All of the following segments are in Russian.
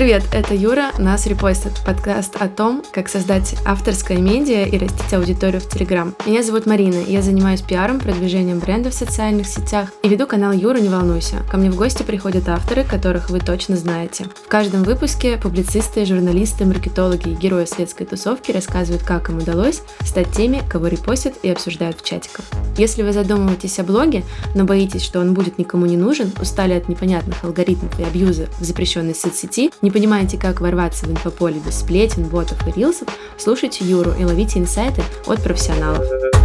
Привет, это Юра, нас репостит, подкаст о том, как создать авторское медиа и растить аудиторию в Телеграм. Меня зовут Марина, я занимаюсь пиаром, продвижением бренда в социальных сетях и веду канал Юра, не волнуйся. Ко мне в гости приходят авторы, которых вы точно знаете. В каждом выпуске публицисты, журналисты, маркетологи и герои светской тусовки рассказывают, как им удалось стать теми, кого репостят и обсуждают в чатиках. Если вы задумываетесь о блоге, но боитесь, что он будет никому не нужен, устали от непонятных алгоритмов и абьюза в запрещенной соцсети, не понимаете, как ворваться в инфополе без сплетен, ботов и рилсов, слушайте Юру и ловите инсайты от профессионалов.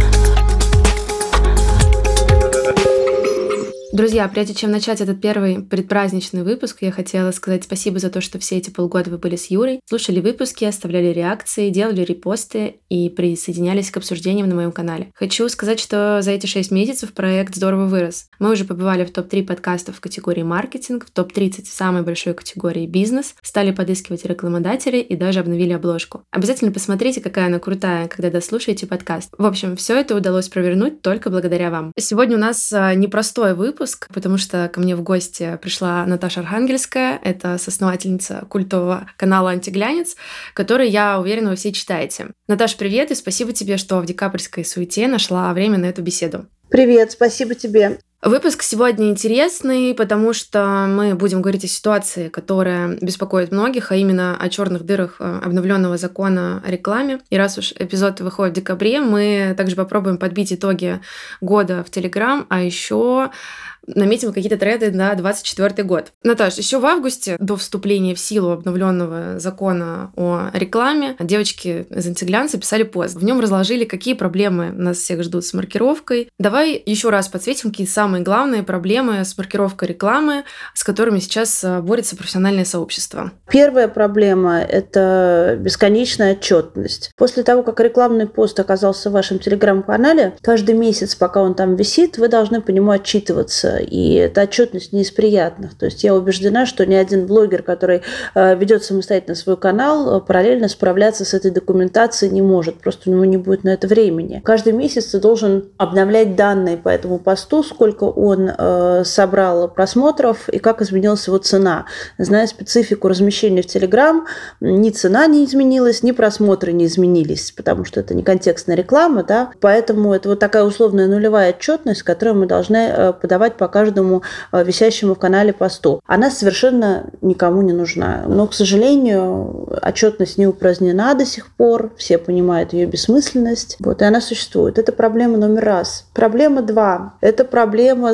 Друзья, прежде чем начать этот первый предпраздничный выпуск, я хотела сказать спасибо за то, что все эти полгода вы были с Юрой, слушали выпуски, оставляли реакции, делали репосты и присоединялись к обсуждениям на моем канале. Хочу сказать, что за эти 6 месяцев проект здорово вырос. Мы уже побывали в топ-3 подкастов в категории маркетинг, в топ-30 в самой большой категории бизнес, стали подыскивать рекламодателей и даже обновили обложку. Обязательно посмотрите, какая она крутая, когда дослушаете подкаст. В общем, все это удалось провернуть только благодаря вам. Сегодня у нас непростой выпуск, потому что ко мне в гости пришла Наташа Архангельская, это соосновательница культового канала «Антиглянец», который, я уверена, вы все читаете. Наташ, привет, и спасибо тебе, что в декабрьской суете нашла время на эту беседу. Привет, спасибо тебе. Выпуск сегодня интересный, потому что мы будем говорить о ситуации, которая беспокоит многих, а именно о черных дырах обновленного закона о рекламе. И раз уж эпизод выходит в декабре, мы также попробуем подбить итоги года в Телеграм, а еще наметим какие-то тренды на 2024 год. Наташ, еще в августе, до вступления в силу обновленного закона о рекламе, девочки из «Антиглянца» писали пост. В нем разложили, какие проблемы нас всех ждут с маркировкой. Давай еще раз подсветим, какие самые главные проблемы с маркировкой рекламы, с которыми сейчас борется профессиональное сообщество. Первая проблема – это бесконечная отчетность. После того, как рекламный пост оказался в вашем Телеграм-канале, каждый месяц, пока он там висит, вы должны по нему отчитываться. И эта отчетность не из приятных. То есть я убеждена, что ни один блогер, который ведет самостоятельно свой канал, параллельно справляться с этой документацией не может. Просто у него не будет на это времени. Каждый месяц ты должен обновлять данные по этому посту, сколько он собрал просмотров и как изменилась его цена. Зная специфику размещения в Телеграм, ни цена не изменилась, ни просмотры не изменились, потому что это не контекстная реклама, да? Поэтому это вот такая условная нулевая отчетность, которую мы должны подавать по каждому висящему в канале посту. Она совершенно никому не нужна. Но, к сожалению, отчетность не упразднена до сих пор. Все понимают ее бессмысленность. Вот, и она существует. Это проблема номер раз. Проблема 2. Это проблема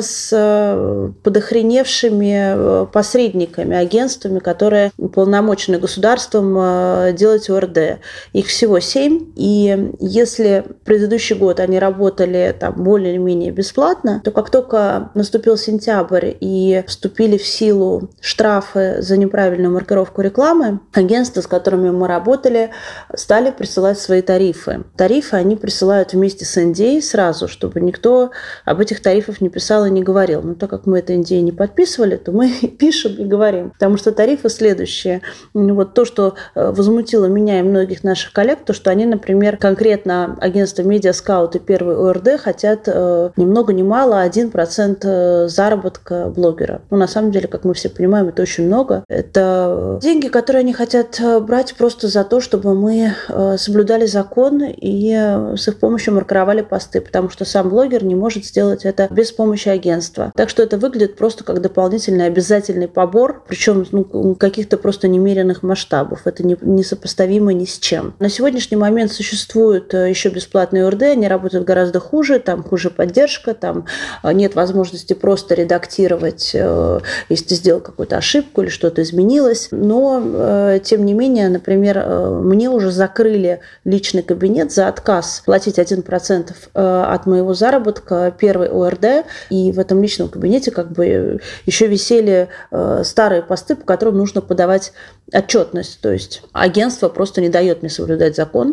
с подохреневшими посредниками, агентствами, которые уполномочены государством делать ОРД. Их всего 7. И если предыдущий год они работали там более-менее бесплатно, то как только наступил сентябрь и вступили в силу штрафы за неправильную маркировку рекламы, агентства, с которыми мы работали, стали присылать свои тарифы. Тарифы они присылают вместе с NDA сразу, чтобы никто об этих тарифах не писал и не говорил. Но так как мы это NDA не подписывали, то мы пишем и говорим. Потому что тарифы следующие. Вот то, что возмутило меня и многих наших коллег, то, что они, например, конкретно агентство Медиаскаут и Первый ОРД хотят ни много ни мало 1% заработка блогера. На самом деле, как мы все понимаем, это очень много. Это деньги, которые они хотят брать просто за то, чтобы мы соблюдали закон и с их помощью маркировали посты, потому что сам блогер не может сделать это без помощи агентства. Так что это выглядит просто как дополнительный обязательный побор, причем каких-то просто немеренных масштабов. Это несопоставимо ни с чем. На сегодняшний момент существуют еще бесплатные ОРД, они работают гораздо хуже, там хуже поддержка, там нет возможности просто редактировать, если ты сделал какую-то ошибку или что-то изменилось. Но, тем не менее, например, мне уже закрыли личный кабинет за отказ платить 1% от моего заработка Первый ОРД. И в этом личном кабинете как бы еще висели старые посты, по которым нужно подавать отчетность. То есть агентство просто не дает мне соблюдать закон.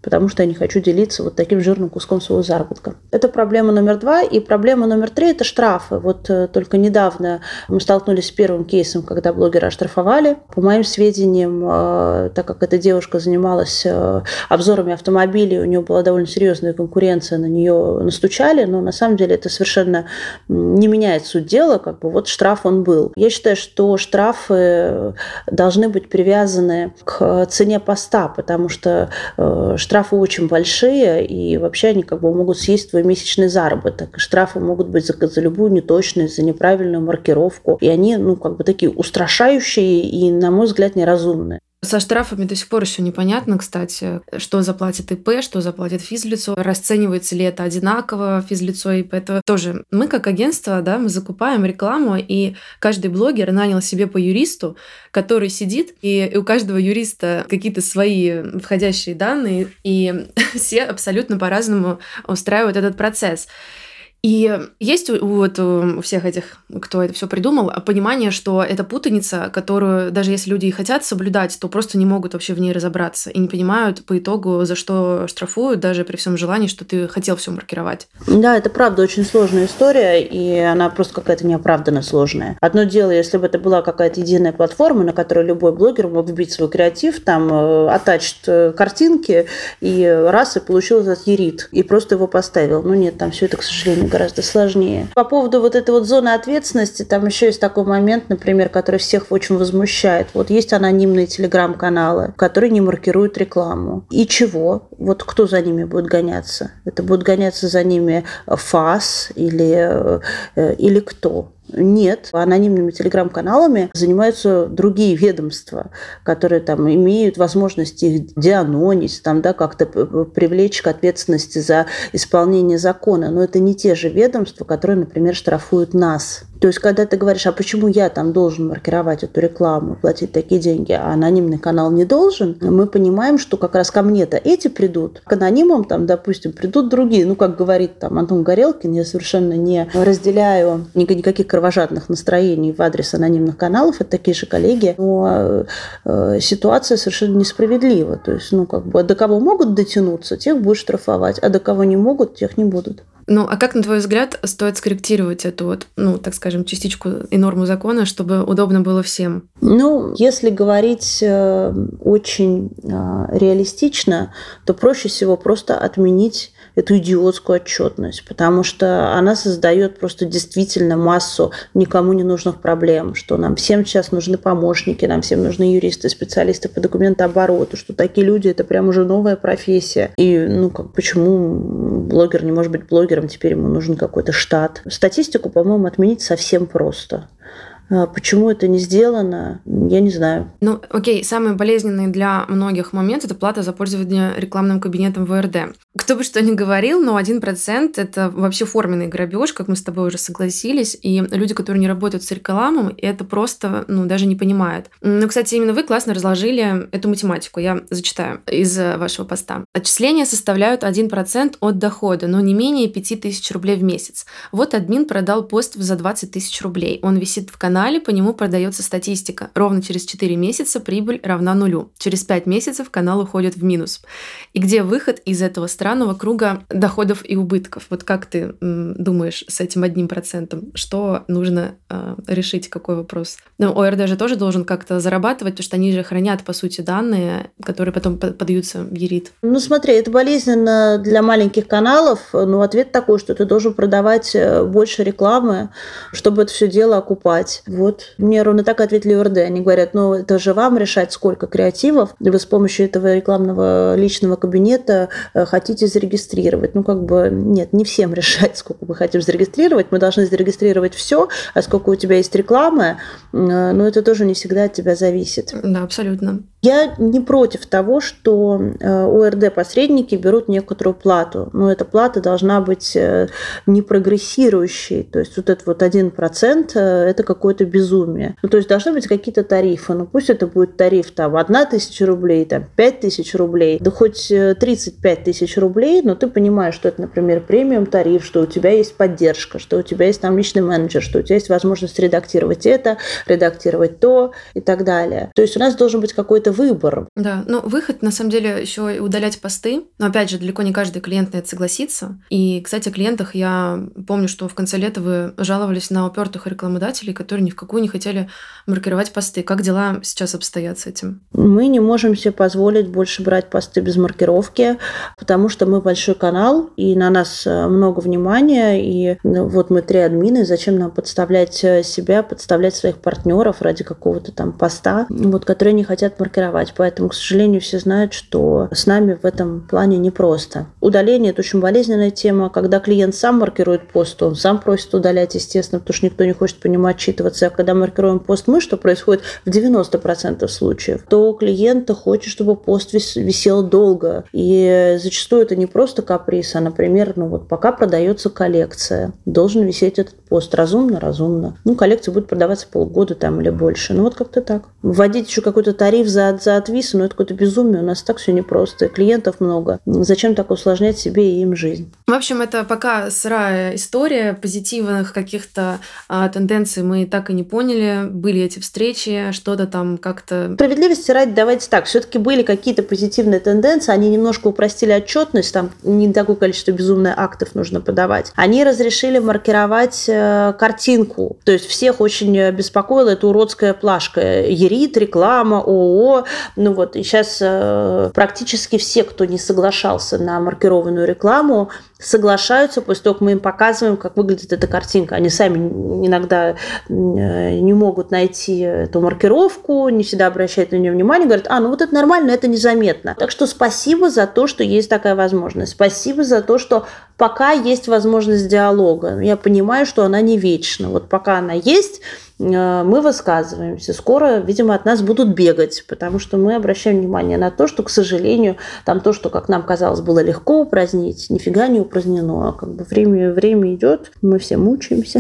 потому что я не хочу делиться вот таким жирным куском своего заработка. Это проблема номер 2. И проблема номер 3 – это штрафы. Вот только недавно мы столкнулись с первым кейсом, когда блогера оштрафовали. По моим сведениям, так как эта девушка занималась обзорами автомобилей, у нее была довольно серьезная конкуренция, на нее настучали, но на самом деле это совершенно не меняет суть дела, как бы вот штраф он был. Я считаю, что штрафы должны быть привязаны к цене поста, потому что штрафы очень большие, и вообще они как бы могут съесть твой месячный заработок. Штрафы могут быть за любую неточность, за неправильную маркировку, и они, как бы такие устрашающие и, на мой взгляд, неразумные. Со штрафами до сих пор еще непонятно, кстати, что заплатит ИП, что заплатит физлицо, расценивается ли это одинаково физлицо и ИП. Это тоже мы как агентство, да, мы закупаем рекламу, и каждый блогер нанял себе по юристу, который сидит, и у каждого юриста какие-то свои входящие данные, и все абсолютно по-разному устраивают этот процесс. И есть у всех этих, кто это все придумал, понимание, что это путаница, которую даже если люди и хотят соблюдать, то просто не могут вообще в ней разобраться и не понимают по итогу, за что штрафуют, даже при всем желании, что ты хотел все маркировать. Да, это правда очень сложная история, и она просто какая-то неоправданно сложная. Одно дело, если бы это была какая-то единая платформа, на которой любой блогер мог вбить свой креатив, там оттачить картинки, и получил этот ерит, и просто его поставил. Нет, там все это, к сожалению, гораздо сложнее. По поводу вот этой вот зоны ответственности, там еще есть такой момент, например, который всех очень возмущает. Вот есть анонимные телеграм-каналы, которые не маркируют рекламу. И чего? Вот кто за ними будет гоняться? Это будет гоняться за ними ФАС или кто? Нет, анонимными телеграм-каналами занимаются другие ведомства, которые там имеют возможность их деанонить, там, да, как-то привлечь к ответственности за исполнение закона. Но это не те же ведомства, которые, например, штрафуют нас. То есть, когда ты говоришь, а почему я там должен маркировать эту рекламу, платить такие деньги, а анонимный канал не должен, мы понимаем, что как раз ко мне-то эти придут, к анонимам, там, допустим, придут другие. Как говорит там Антон Горелкин, я совершенно не разделяю никаких кровожадных настроений в адрес анонимных каналов, это такие же коллеги, но ситуация совершенно несправедлива. То есть, до кого могут дотянуться, тех будут штрафовать, а до кого не могут, тех не будут. А как, на твой взгляд, стоит скорректировать эту так скажем, частичку и норму закона, чтобы удобно было всем? Если говорить очень реалистично, то проще всего просто отменить эту идиотскую отчетность, потому что она создает просто действительно массу никому не нужных проблем, что нам всем сейчас нужны помощники, нам всем нужны юристы, специалисты по документообороту, что такие люди – это прям уже новая профессия. И почему блогер не может быть блогером, теперь ему нужен какой-то штат. Статистику, по-моему, отменить совсем просто. Почему это не сделано, я не знаю. Окей, самый болезненный для многих момент – это плата за пользование рекламным кабинетом ВРД. Кто бы что ни говорил, но 1% – это вообще форменный грабеж, как мы с тобой уже согласились, и люди, которые не работают с рекламой, это просто даже не понимают. Кстати, именно вы классно разложили эту математику, я зачитаю из вашего поста. Отчисления составляют 1% от дохода, но не менее 5000 рублей в месяц. Вот админ продал пост за 20 000 рублей. Он висит в канале, по нему продается статистика. Ровно через 4 месяца прибыль равна нулю. Через 5 месяцев канал уходит в минус. И где выход из этого странного круга доходов и убытков? Вот как ты думаешь с этим 1%? Что нужно решить? Какой вопрос? ОРД же тоже должен как-то зарабатывать, потому что они же хранят, по сути, данные, которые потом подаются в ЕРИТ. Смотри, это болезненно для маленьких каналов, но ответ такой, что ты должен продавать больше рекламы, чтобы это все дело окупать. Мне ровно так ответили ОРД. Они говорят, это же вам решать, сколько креативов вы с помощью этого рекламного личного кабинета хотите зарегистрировать. Нет, не всем решать, сколько мы хотим зарегистрировать. Мы должны зарегистрировать все, а сколько у тебя есть рекламы, это тоже не всегда от тебя зависит. Да, абсолютно. Я не против того, что ОРД-посредники берут некоторую плату, но эта плата должна быть не прогрессирующей. То есть этот 1% – это какое-то безумие. То есть должны быть какие-то тарифы. Пусть это будет тариф 1000 рублей, 5000 рублей, да хоть 35 000 рублей, но ты понимаешь, что это, например, премиум-тариф, что у тебя есть поддержка, что у тебя есть там личный менеджер, что у тебя есть возможность редактировать это, редактировать то и так далее. То есть у нас должен быть какой-то выбор. Да, но выход, на самом деле, еще и удалять посты. Но, опять же, далеко не каждый клиент на это согласится. И, кстати, о клиентах я помню, что в конце лета вы жаловались на упертых рекламодателей, которые ни в какую не хотели маркировать посты. Как дела сейчас обстоят с этим? Мы не можем себе позволить больше брать посты без маркировки, потому что мы большой канал, и на нас много внимания, и вот мы 3 админа, зачем нам подставлять себя, подставлять своих партнеров ради какого-то там поста, вот, которые не хотят маркировать. Поэтому, к сожалению, все знают, что с нами в этом плане непросто. Удаление – это очень болезненная тема. Когда клиент сам маркирует пост, он сам просит удалять, естественно, потому что никто не хочет по нему отчитываться. А когда маркируем пост мы, что происходит в 90% случаев, то клиент хочет, чтобы пост висел долго. И зачастую это не просто каприз, а, например, пока продается коллекция, должен висеть этот пост. Разумно. Коллекция будет продаваться полгода там или больше. Как-то так. Вводить еще какой-то тариф за отвис, это какое-то безумие. У нас так все непросто. Клиентов много. Зачем так усложнять себе и им жизнь? В общем, это пока сырая история. Позитивных каких-то тенденций мы так и не поняли. Были эти встречи, что-то там как-то... Справедливости ради, давайте так. Все-таки были какие-то позитивные тенденции. Они немножко упростили отчетность. Там не такое количество безумных актов нужно подавать. Они разрешили маркировать картинку. То есть всех очень беспокоила эта уродская плашка. ЕРИТ, реклама, ООО. И сейчас практически все, кто не соглашался на маркированную рекламу, соглашаются после того, как мы им показываем, как выглядит эта картинка. Они сами иногда не могут найти эту маркировку, не всегда обращают на нее внимание, говорят, это нормально, это незаметно. Так что спасибо за то, что есть такая возможность. Спасибо за то, что пока есть возможность диалога. Я понимаю, что она не вечна. Пока она есть, мы высказываемся. Скоро, видимо, от нас будут бегать, потому что мы обращаем внимание на то, что, к сожалению, там то, что, как нам казалось, было легко упразднить, нифига не упразднено. Время идет, мы все мучаемся.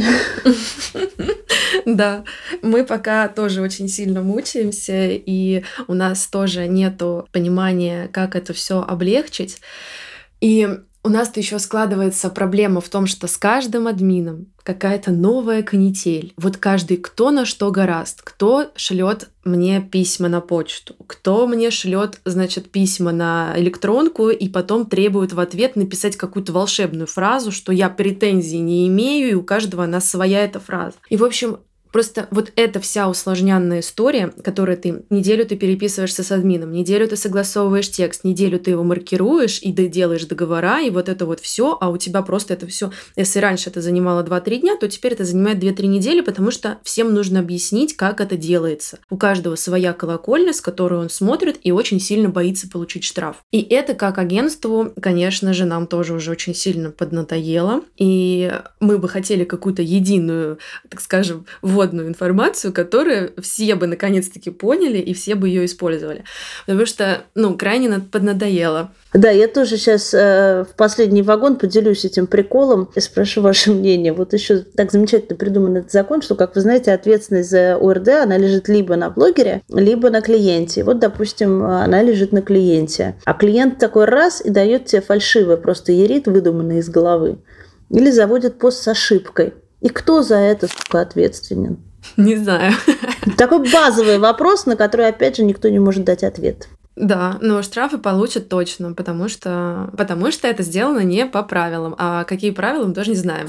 Да, мы пока тоже очень сильно мучаемся, и у нас тоже нету понимания, как это все облегчить. И у нас-то еще складывается проблема в том, что с каждым админом какая-то новая канитель. Каждый кто на что горазд. Кто шлет мне письма на почту, кто мне шлет, письма на электронку и потом требует в ответ написать какую-то волшебную фразу, что я претензий не имею, и у каждого она своя эта фраза. И, в общем, просто эта вся усложненная история, которую неделю ты переписываешься с админом, неделю ты согласовываешь текст, неделю ты его маркируешь и делаешь договора, и это все, а у тебя просто это все, если раньше это занимало 2-3 дня, то теперь это занимает 2-3 недели, потому что всем нужно объяснить, как это делается. У каждого своя колокольня, с которой он смотрит и очень сильно боится получить штраф. И это как агентству, конечно же, нам тоже уже очень сильно поднадоело, и мы бы хотели какую-то единую, так скажем, вводную информацию, которую все бы наконец-таки поняли и все бы ее использовали. Потому что, крайне поднадоело. Да, я тоже сейчас в последний вагон поделюсь этим приколом и спрошу ваше мнение. Еще так замечательно придуман этот закон, что, как вы знаете, ответственность за ОРД, она лежит либо на блогере, либо на клиенте. Допустим, она лежит на клиенте. А клиент такой раз и дает тебе фальшивый, просто ерит, выдуманный из головы. Или заводит пост с ошибкой. И кто за это, ответственен? Не знаю. Такой базовый вопрос, на который, опять же, никто не может дать ответ. Да, но штрафы получат точно, потому что это сделано не по правилам. А какие правила, мы тоже не знаем.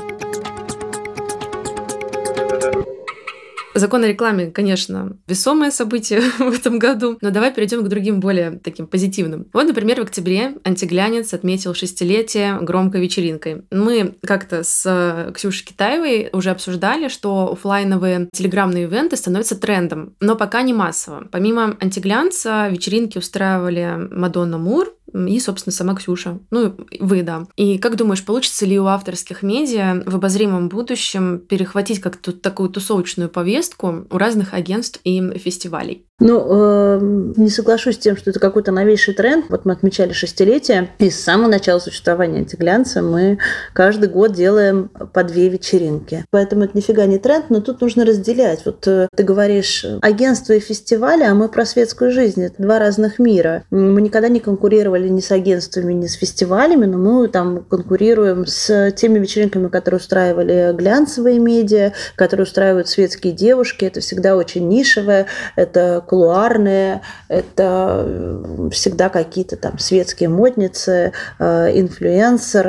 Закон о рекламе, конечно, весомое событие в этом году, но давай перейдем к другим, более таким позитивным. Например, в октябре «Антиглянец» отметил 6-летие громкой вечеринкой. Мы как-то с Ксюшей Китаевой уже обсуждали, что офлайновые телеграмные ивенты становятся трендом, но пока не массово. Помимо «Антиглянца» вечеринки устраивали Мадонна Мур и, собственно, сама Ксюша. Вы, да. И как думаешь, получится ли у авторских медиа в обозримом будущем перехватить как-то такую тусовочную повестку у разных агентств и фестивалей? Не соглашусь с тем, что это какой-то новейший тренд. Мы отмечали 6-летие, и с самого начала существования «Антиглянца» мы каждый год делаем по 2 вечеринки. Поэтому это нифига не тренд, но тут нужно разделять. Ты говоришь агентство и фестивали, а мы про светскую жизнь. Это 2 разных мира. Мы никогда не конкурировали ни с агентствами, ни с фестивалями, но мы конкурируем с теми вечеринками, которые устраивали глянцевые медиа, которые устраивают светские девушки. Это всегда очень нишевое. Это кулуарные, это всегда какие-то там светские модницы, инфлюенсеры,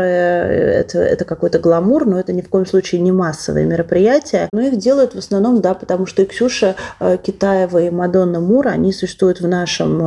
это какой-то гламур, но это ни в коем случае не массовые мероприятия. Но их делают в основном, да, потому что и Ксюша Китаева, и Мадонна Мур, они существуют в нашем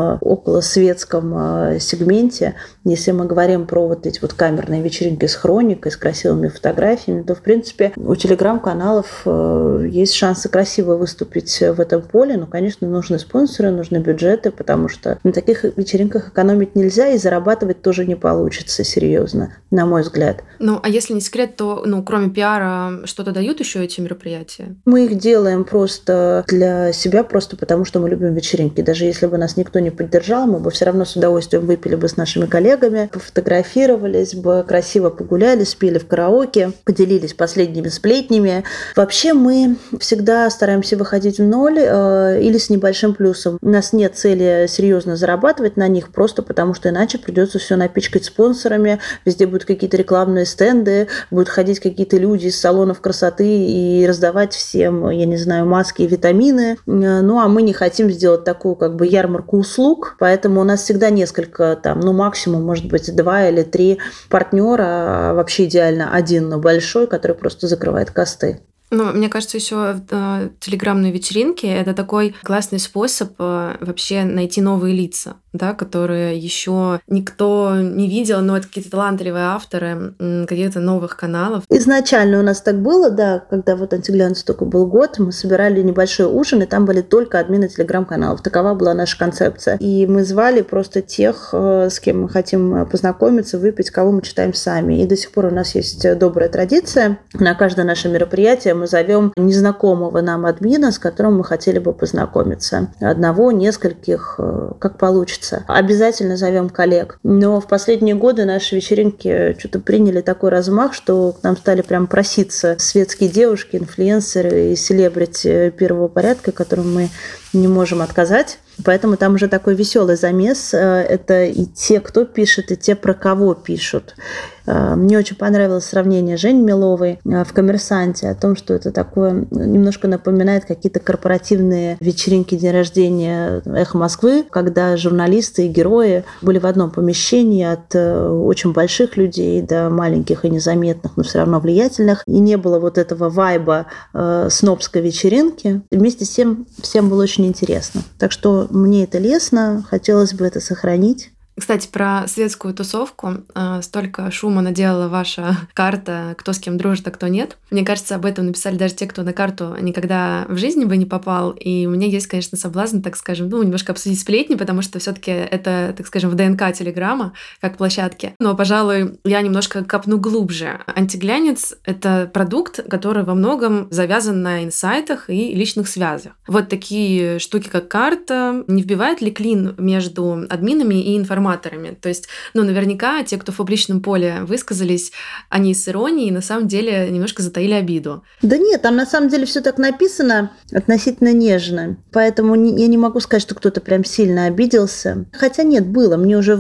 околосветском сегменте. Если мы говорим про вот эти вот камерные вечеринки с хроникой, с красивыми фотографиями, то, в принципе, у телеграм-каналов есть шансы красиво выступить в этом поле. Но, конечно, нужны спонсоры, нужны бюджеты, потому что на таких вечеринках экономить нельзя, и зарабатывать тоже не получится серьезно, на мой взгляд. Ну, а если не секрет, то, кроме пиара, что-то дают еще эти мероприятия? Мы их делаем просто для себя, просто потому что мы любим вечеринки. Даже если бы нас никто не поддержал, мы бы все равно с удовольствием выпили бы с нашими коллегами, пофотографировались бы, красиво погуляли, спели в караоке, поделились последними сплетнями. Вообще мы всегда стараемся выходить в ноль или с небольшим плюсом. У нас нет цели серьезно зарабатывать на них, просто потому что иначе придется все напичкать спонсорами, везде будут какие-то рекламные стенды, будут ходить какие-то люди из салонов красоты и раздавать всем, я не знаю, маски и витамины. Ну, а мы не хотим сделать такую как бы ярмарку услуг, поэтому у нас всегда несколько, там, максимум, может быть, 2 или 3 партнера, а вообще идеально один, но большой, который просто закрывает косты. Мне кажется, еще телеграмные вечеринки — это такой классный способ вообще найти новые лица, да, которые еще никто не видел, но это какие-то талантливые авторы каких-то новых каналов. Изначально у нас так было, да, когда вот «Антиглянцу» только был год, мы собирали небольшой ужин, и там были только админы телеграм-каналов. Такова была наша концепция. И мы звали просто тех, с кем мы хотим познакомиться, выпить, кого мы читаем сами. И до сих пор у нас есть добрая традиция. На каждое наше мероприятие мы зовем незнакомого нам админа, с которым мы хотели бы познакомиться. Одного, нескольких, как получится. Обязательно зовем коллег. Но в последние годы наши вечеринки что-то приняли такой размах, что к нам стали прям проситься светские девушки, инфлюенсеры и селебрити первого порядка, которым мы не можем отказать. Поэтому там уже такой веселый замес. Это и те, кто пишет, и те, про кого пишут. Мне очень понравилось сравнение Жени Миловой в «Коммерсанте» о том, что это такое немножко напоминает какие-то корпоративные вечеринки день рождения «Эхо Москвы», когда журналисты и герои были в одном помещении от очень больших людей до маленьких и незаметных, но все равно влиятельных. И не было вот этого вайба снобской вечеринки. И вместе с тем всем было очень интересно. Так что мне это лестно, хотелось бы это сохранить. Кстати, про светскую тусовку. Столько шума наделала ваша карта, кто с кем дружит, а кто нет. Мне кажется, об этом написали даже те, кто на карту никогда в жизни бы не попал. И у меня есть, конечно, соблазн, так скажем, немножко обсудить сплетни, потому что все-таки это, так скажем, в ДНК Телеграма, как площадки. Но, пожалуй, я немножко копну глубже. Антиглянец — это продукт, который во многом завязан на инсайтах и личных связях. Вот такие штуки, как карта, не вбивает ли клин между админами и информаторами? То есть, наверняка те, кто в публичном поле высказались, они с иронией на самом деле немножко затаили обиду. Да нет, там на самом деле все так написано относительно нежно. Поэтому я не могу сказать, что кто-то прям сильно обиделся. Хотя нет, было. Мне уже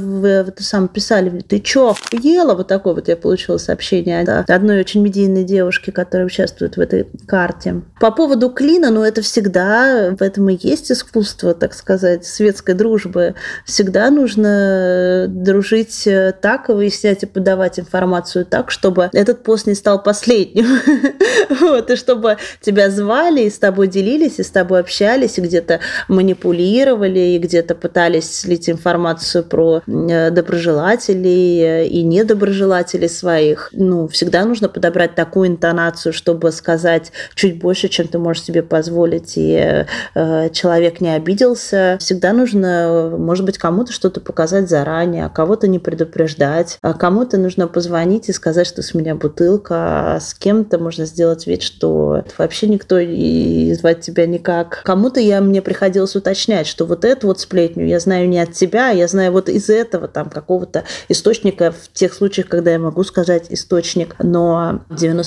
писали: ты чё, охуела? Вот такое вот я получила сообщение от одной очень медийной девушки, которая участвует в этой карте. По поводу клина, это всегда, в этом и есть искусство, так сказать, светской дружбы. Всегда нужно дружить так, выяснять и подавать информацию так, чтобы этот пост не стал последним. И чтобы тебя звали, и с тобой делились, и с тобой общались, и где-то манипулировали, и где-то пытались слить информацию про доброжелателей и недоброжелателей своих. Всегда нужно подобрать такую интонацию, чтобы сказать чуть больше, чем ты можешь себе позволить, и человек не обиделся. Всегда нужно, может быть, кому-то что-то показать заранее, а кого-то не предупреждать, а кому-то нужно позвонить и сказать, что с меня бутылка, а с кем-то можно сделать вид, что вообще никто и звать тебя никак. Кому-то мне приходилось уточнять, что вот эту вот сплетню я знаю не от тебя, я знаю вот из этого там какого-то источника, в тех случаях, когда я могу сказать источник, но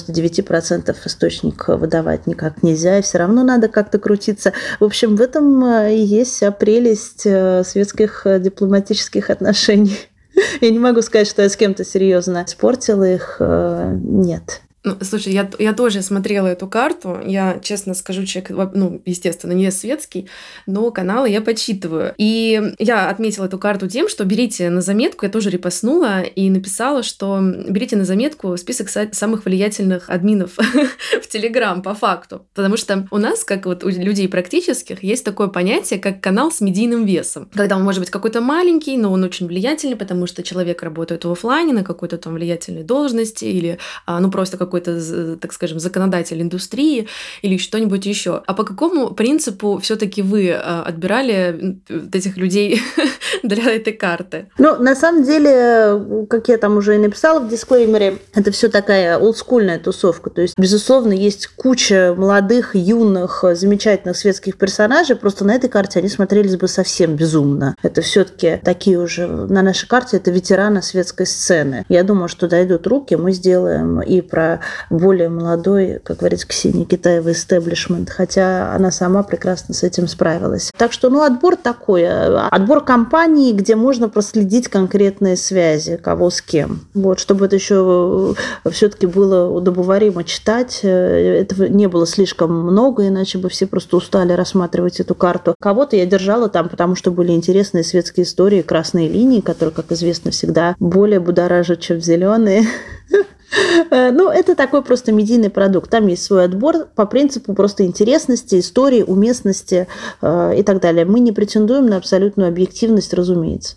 99% источник выдавать никак нельзя, и все равно надо как-то крутиться. В общем, в этом и есть вся прелесть светских дипломатических отношений. Я не могу сказать, что я с кем-то серьезно испортила их. Нет. Ну, слушай, я тоже смотрела эту карту. Я, честно скажу, человек, естественно, не светский, но каналы я почитываю. И я отметила эту карту тем, что берите на заметку, я тоже репостнула и написала, что берите на заметку список самых влиятельных админов в Телеграм по факту. Потому что у нас, как вот у людей практических, есть такое понятие, как канал с медийным весом. Когда он может быть какой-то маленький, но он очень влиятельный, потому что человек работает в офлайне на какой-то там влиятельной должности или, просто какой-то, так скажем, законодатель индустрии или что-нибудь еще. А по какому принципу все-таки вы отбирали этих людей для этой карты? Ну, на самом деле, как я там уже и написала в дисклеймере, это все такая олдскульная тусовка. То есть, безусловно, есть куча молодых, юных, замечательных светских персонажей. Просто на этой карте они смотрелись бы совсем безумно. Это все-таки такие уже на нашей карте это ветераны светской сцены. Я думаю, что дойдут руки, мы сделаем и про более молодой, как говорится, Ксении Китаевой истеблишмент, хотя она сама прекрасно с этим справилась. Так что, отбор такой. Отбор компаний, где можно проследить конкретные связи, кого с кем. Вот, чтобы это еще все-таки было удобоваримо читать. Этого не было слишком много, иначе бы все просто устали рассматривать эту карту. Кого-то я держала там, потому что были интересные светские истории, красные линии, которые, как известно, всегда более будоражат, чем зеленые. Это такой просто медийный продукт. Там есть свой отбор по принципу просто интересности, истории, уместности и так далее. Мы не претендуем на абсолютную объективность, разумеется.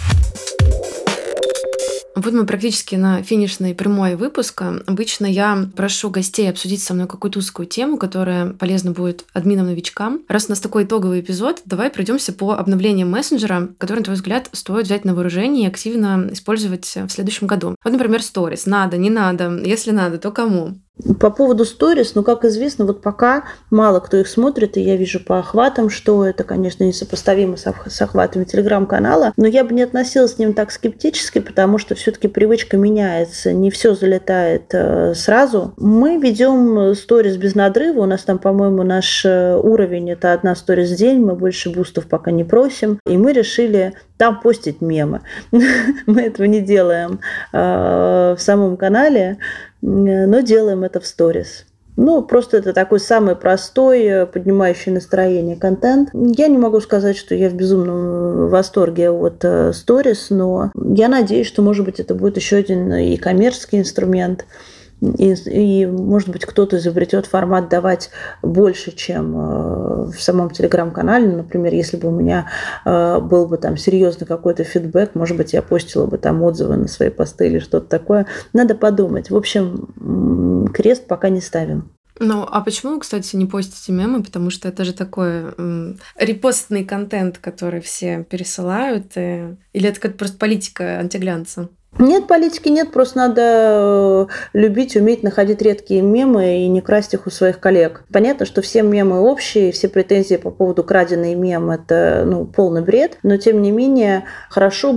Вот мы практически на финишной прямой выпуска. Обычно я прошу гостей обсудить со мной какую-то узкую тему, которая полезна будет админам-новичкам. Раз у нас такой итоговый эпизод, давай пройдемся по обновлениям мессенджера, который, на твой взгляд, стоит взять на вооружение и активно использовать в следующем году. Вот, например, Stories. Надо, не надо? Если надо, то кому? По поводу сторис, как известно, вот пока мало кто их смотрит, и я вижу по охватам, что это, конечно, несопоставимо с охватами телеграм-канала, но я бы не относилась к ним так скептически, потому что все-таки привычка меняется, не все залетает сразу. Мы ведем сторис без надрыва, у нас там, по-моему, наш уровень – это 1 сторис в день, мы больше бустов пока не просим, и мы решили там постить мемы. Мы этого не делаем в самом канале, но делаем это в сторис. Просто это такой самый простой, поднимающий настроение контент. Я не могу сказать, что я в безумном восторге от сторис, но я надеюсь, что, может быть, это будет еще один и коммерческий инструмент. И, может быть, кто-то изобретет формат давать больше, чем в самом телеграм-канале. Например, если бы у меня был бы там серьезный какой-то фидбэк, может быть, я постила бы там отзывы на свои посты или что-то такое. Надо подумать. В общем, крест пока не ставим. А почему вы, кстати, не постите мемы? Потому что это же такой репостный контент, который все пересылают. Или это как просто политика антиглянца? Нет, политики нет, просто надо любить, уметь находить редкие мемы и не красть их у своих коллег. Понятно, что все мемы общие, все претензии по поводу краденый мем – это полный бред, но тем не менее хорошо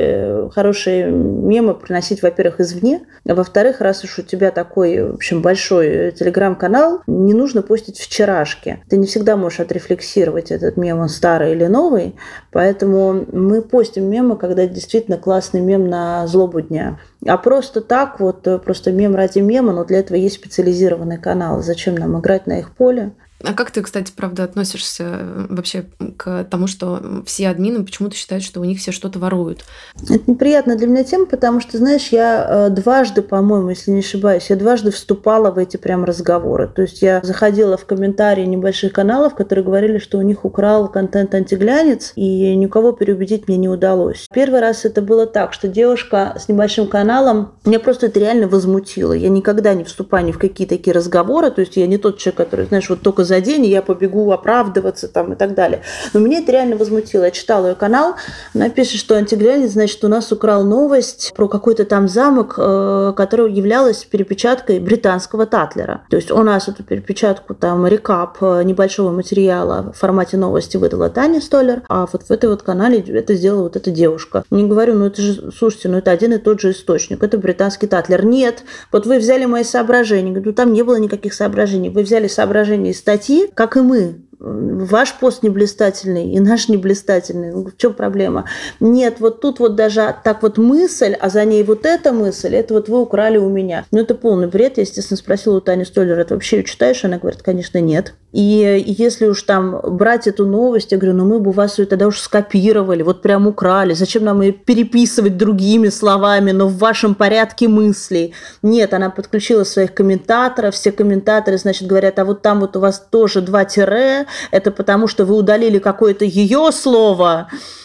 бы хорошие мемы приносить, во-первых, извне, а во-вторых, раз уж у тебя такой, в общем, большой телеграм-канал, не нужно постить вчерашки. Ты не всегда можешь отрефлексировать этот мем, он старый или новый, поэтому мы постим мемы, когда действительно классный мем на злобу дня. А просто так, просто мем ради мема, но для этого есть специализированный канал. Зачем нам играть на их поле? А как ты, кстати, правда, относишься вообще к тому, что все админы почему-то считают, что у них все что-то воруют? Это неприятная для меня тема, потому что, знаешь, я дважды, по-моему, если не ошибаюсь, вступала в эти прям разговоры. То есть я заходила в комментарии небольших каналов, которые говорили, что у них украл контент антиглянец, и никого переубедить мне не удалось. Первый раз это было так, что девушка с небольшим каналом, меня просто это реально возмутило. Я никогда не вступаю ни в какие такие разговоры, то есть я не тот человек, который, знаешь, только за день, и я побегу оправдываться там и так далее. Но меня это реально возмутило. Я читала ее канал, она пишет, что антиглянец, значит, у нас украл новость про какой-то там замок, который являлась перепечаткой британского Татлера. То есть у нас эту перепечатку, там, рекап небольшого материала в формате новости выдала Таня Столер, а вот в этой канале это сделала вот эта девушка. Не говорю, это же, слушайте, это один и тот же источник, это британский Татлер. Нет, вот вы взяли мои соображения, говорю, там не было никаких соображений, вы взяли соображения из статьи, как и мы ваш пост не блистательный и наш не блистательный. В чем проблема? Нет, вот тут вот даже так вот мысль, а за ней вот эта мысль, это вот вы украли у меня. Ну, это полный бред. Я, естественно, спросила у Тани Стойлер, это вообще ее читаешь? Она говорит, конечно, нет. И если уж там брать эту новость, я говорю, ну мы бы у вас ее тогда уж скопировали, вот прям украли. Зачем нам ее переписывать другими словами, но в вашем порядке мыслей? Нет, она подключила своих комментаторов. Все комментаторы, значит, говорят, а вот там вот у вас тоже 2 тире. Это потому, что вы удалили какое-то ее слово.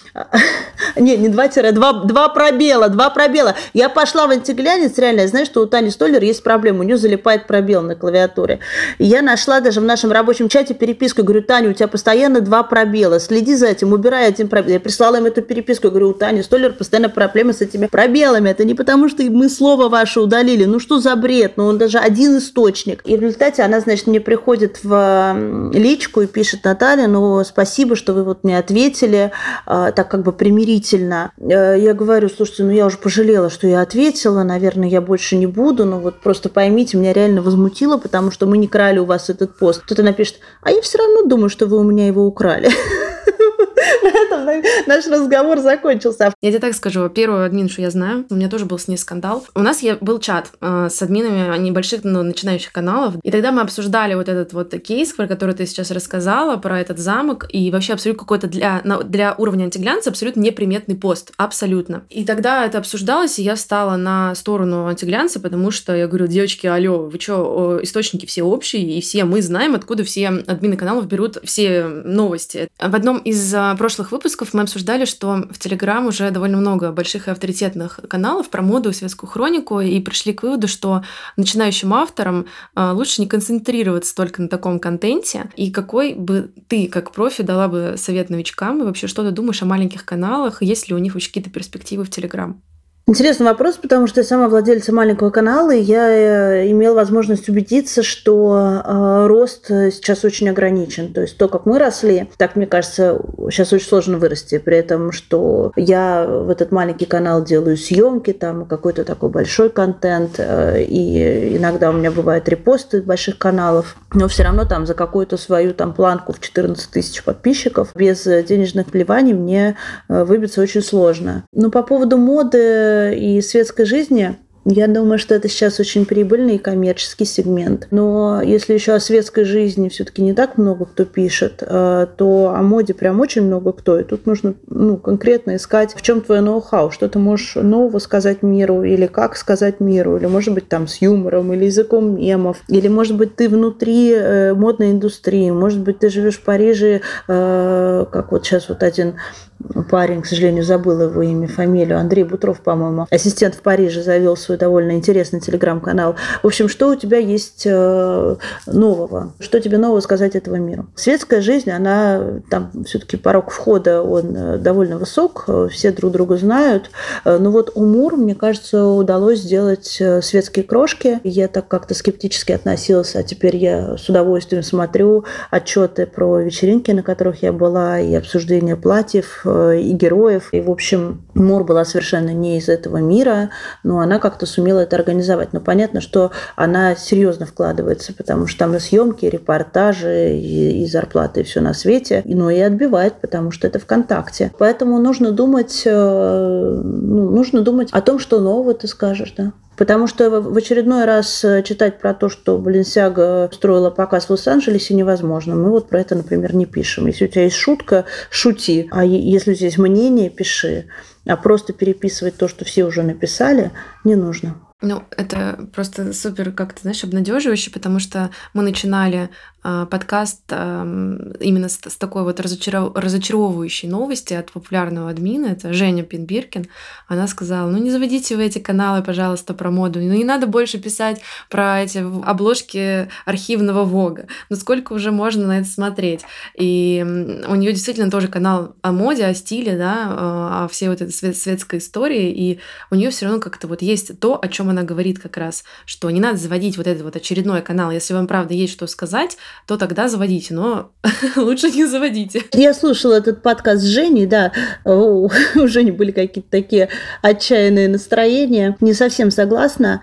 Не 2 тире, 2 пробела, 2 пробела. Я пошла в антиглянец, реально, я знаю, что у Тани Стойлер есть проблема, у нее залипает пробел на клавиатуре. И я нашла даже в нашем рабочем чате переписку, говорю, Таня, у тебя постоянно 2 пробела, следи за этим, убирай один пробел. Я прислала им эту переписку, говорю, у Тани Стойлер постоянно проблемы с этими пробелами. Это не потому, что мы слово ваше удалили, ну что за бред, ну он даже один источник. И в результате она, значит, мне приходит в личку и пишет, Наталья, ну спасибо, что вы вот мне ответили, так как бы примирительно. Я говорю, слушайте, ну я уже пожалела, что я ответила, наверное, я больше не буду, но вот просто поймите, меня реально возмутило, потому что мы не крали у вас этот пост. Кто-то напишет, а я все равно думаю, что вы у меня его украли. На этом наш разговор закончился. Я тебе так скажу, первую админшу я знаю, у меня тоже был с ней скандал. У нас был чат с админами небольших, начинающих каналов, и тогда мы обсуждали вот этот вот кейс, про который ты сейчас рассказала, про этот замок, и вообще абсолютно какой-то для уровня антиглянца абсолютно неприметный пост, абсолютно. И тогда это обсуждалось, и я встала на сторону антиглянца, потому что я говорю, девочки, алло, вы что, источники все общие, и все мы знаем, откуда все админы каналов берут все новости. В одном из прошлых выпусков мы обсуждали, что в Телеграм уже довольно много больших и авторитетных каналов про моду и светскую хронику, и пришли к выводу, что начинающим авторам лучше не концентрироваться только на таком контенте. И какой бы ты, как профи, дала бы совет новичкам, и вообще что ты думаешь о маленьких каналах, и есть ли у них вообще какие-то перспективы в Телеграм? Интересный вопрос, потому что я сама владельца маленького канала, и я имела возможность убедиться, что рост сейчас очень ограничен. То есть то, как мы росли, так, мне кажется, сейчас очень сложно вырасти. При этом, что я в этот маленький канал делаю съемки, там какой-то такой большой контент, и иногда у меня бывают репосты больших каналов, но все равно там за какую-то свою там планку в 14 тысяч подписчиков без денежных вливаний мне выбиться очень сложно. Но по поводу моды и светской жизни, я думаю, что это сейчас очень прибыльный коммерческий сегмент. Но если еще о светской жизни все-таки не так много кто пишет, то о моде прям очень много кто. И тут нужно конкретно искать, в чем твое ноу-хау, что ты можешь нового сказать миру, или как сказать миру, или, может быть, там с юмором, или языком мемов, или, может быть, ты внутри модной индустрии, может быть, ты живешь в Париже, как вот сейчас вот один парень, к сожалению, забыл его имя, фамилию, Андрей Бутров, по-моему, ассистент в Париже, завел свой довольно интересный телеграм-канал. В общем, что у тебя есть нового? Что тебе нового сказать этому миру? Светская жизнь, она там все-таки порог входа, он довольно высок, все друг друга знают. Но вот у Мур, мне кажется, удалось сделать светские крошки. Я так как-то скептически относилась, а теперь я с удовольствием смотрю отчеты про вечеринки, на которых я была, и обсуждение платьев, и героев. И, в общем, Мур была совершенно не из этого мира, но она как-то сумела это организовать. Но понятно, что она серьезно вкладывается, потому что там и съемки, и репортажи, и зарплаты, и все на свете. Но и отбивает, потому что это ВКонтакте. Поэтому нужно думать о том, что нового ты скажешь, да. Потому что в очередной раз читать про то, что Balenciaga устроила показ в Лос-Анджелесе, невозможно. Мы вот про это, например, не пишем. Если у тебя есть шутка, шути. А если у тебя есть мнение, пиши. А просто переписывать то, что все уже написали, не нужно. Это просто супер, как-то, знаешь, обнадеживающе, потому что мы начинали подкаст именно с такой вот разочаровывающей новости от популярного админа, это Женя Пинбиркин. Она сказала, не заводите вы эти каналы, пожалуйста, про моду, не надо больше писать про эти обложки архивного Вога. Сколько уже можно на это смотреть? И у нее действительно тоже канал о моде, о стиле, да, о всей вот этой светской истории, и у нее все равно как-то вот есть то, о чем она говорит как раз, что не надо заводить вот этот вот очередной канал. Если вам, правда, есть что сказать, то тогда заводите, но лучше не заводите. Я слушала этот подкаст с Женей, да, у Жени были какие-то такие отчаянные настроения, не совсем согласна,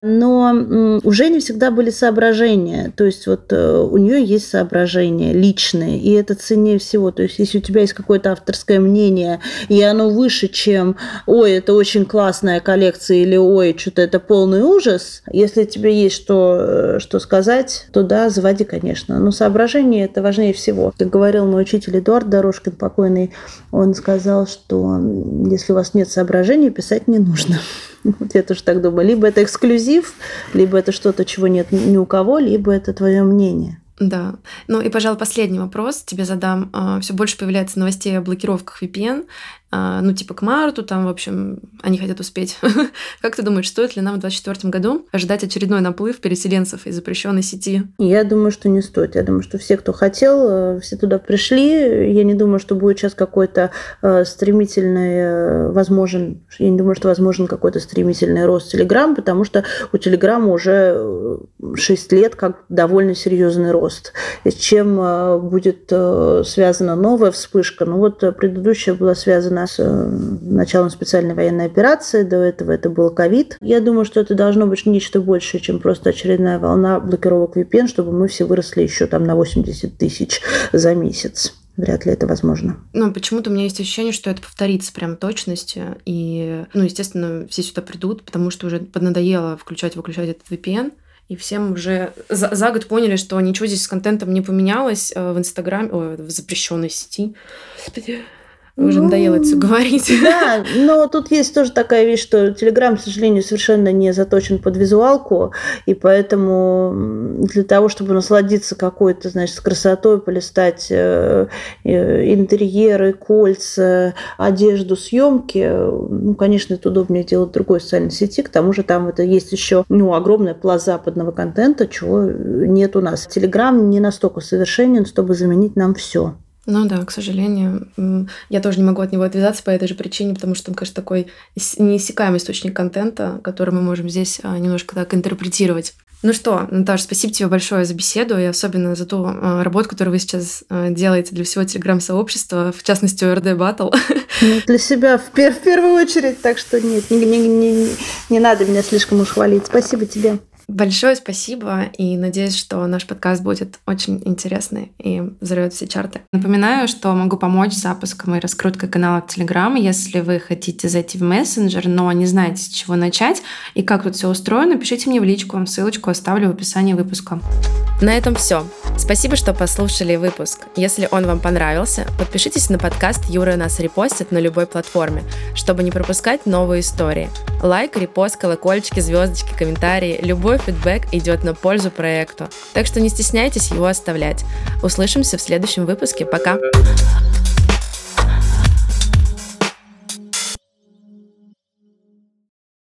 но у Жени всегда были соображения, то есть вот у нее есть соображения личные, и это ценнее всего, то есть если у тебя есть какое-то авторское мнение, и оно выше, чем «Ой, это очень классная коллекция» или «Ой, что-то это полный ужас», если тебе есть что сказать, то да, заводи, конечно. Но соображение – это важнее всего. Как говорил мой учитель Эдуард Дорожкин, покойный, он сказал, что если у вас нет соображений, писать не нужно. Вот я тоже так думаю. Либо это эксклюзив, либо это что-то, чего нет ни у кого, либо это твое мнение. Да. Ну и, пожалуй, последний вопрос тебе задам. Все больше появляется новостей о блокировках VPN. Ну, типа к марту, там, в общем, они хотят успеть. Как ты думаешь, стоит ли нам в 2024 году ожидать очередной наплыв переселенцев из запрещенной сети? Я думаю, что не стоит. Я думаю, что все, кто хотел, все туда пришли. Я не думаю, что будет сейчас какой-то стремительный возможен... Я не думаю, что возможен какой-то стремительный рост Telegram, потому что у Telegram уже 6 лет как довольно серьезный рост. С чем будет связана новая вспышка? Ну вот предыдущая была связана с началом специальной военной операции, до этого это был ковид. Я думаю, что это должно быть нечто большее, чем просто очередная волна блокировок VPN, чтобы мы все выросли еще там на 80 тысяч за месяц. Вряд ли это возможно. Ну, почему-то у меня есть ощущение, что это повторится прям точностью. И, ну, естественно, все сюда придут, потому что уже поднадоело включать-выключать этот VPN. И всем уже за год поняли, что ничего здесь с контентом не поменялось в Инстаграме, в запрещенной сети. Господи. Уже надоело это все говорить. Да, но тут есть тоже такая вещь, что Telegram, к сожалению, совершенно не заточен под визуалку, и поэтому для того, чтобы насладиться какой-то, значит, красотой, полистать интерьеры, кольца, одежду, съемки, ну, конечно, это удобнее делать в другой социальной сети, к тому же там это есть еще огромная пласт западного контента, чего нет у нас. Telegram не настолько совершенен, чтобы заменить нам все. Ну да, к сожалению. Я тоже не могу от него отвязаться по этой же причине, потому что он, конечно, такой неиссякаемый источник контента, который мы можем здесь немножко так интерпретировать. Ну что, Наташа, спасибо тебе большое за беседу и особенно за ту работу, которую вы сейчас делаете для всего Telegram-сообщества, в частности, ОРД Battle. Для себя в первую очередь, так что нет, не надо меня слишком уж хвалить. Спасибо тебе. Большое спасибо, и надеюсь, что наш подкаст будет очень интересный и взорвет все чарты. Напоминаю, что могу помочь с запуском и раскруткой канала в Telegram, если вы хотите зайти в мессенджер, но не знаете, с чего начать и как тут все устроено, пишите мне в личку, ссылочку оставлю в описании выпуска. На этом все. Спасибо, что послушали выпуск. Если он вам понравился, подпишитесь на подкаст «Юра нас репостит» на любой платформе, чтобы не пропускать новые истории. Лайк, репост, колокольчики, звездочки, комментарии, любой фидбэк идет на пользу проекту. Так что не стесняйтесь его оставлять. Услышимся в следующем выпуске. Пока!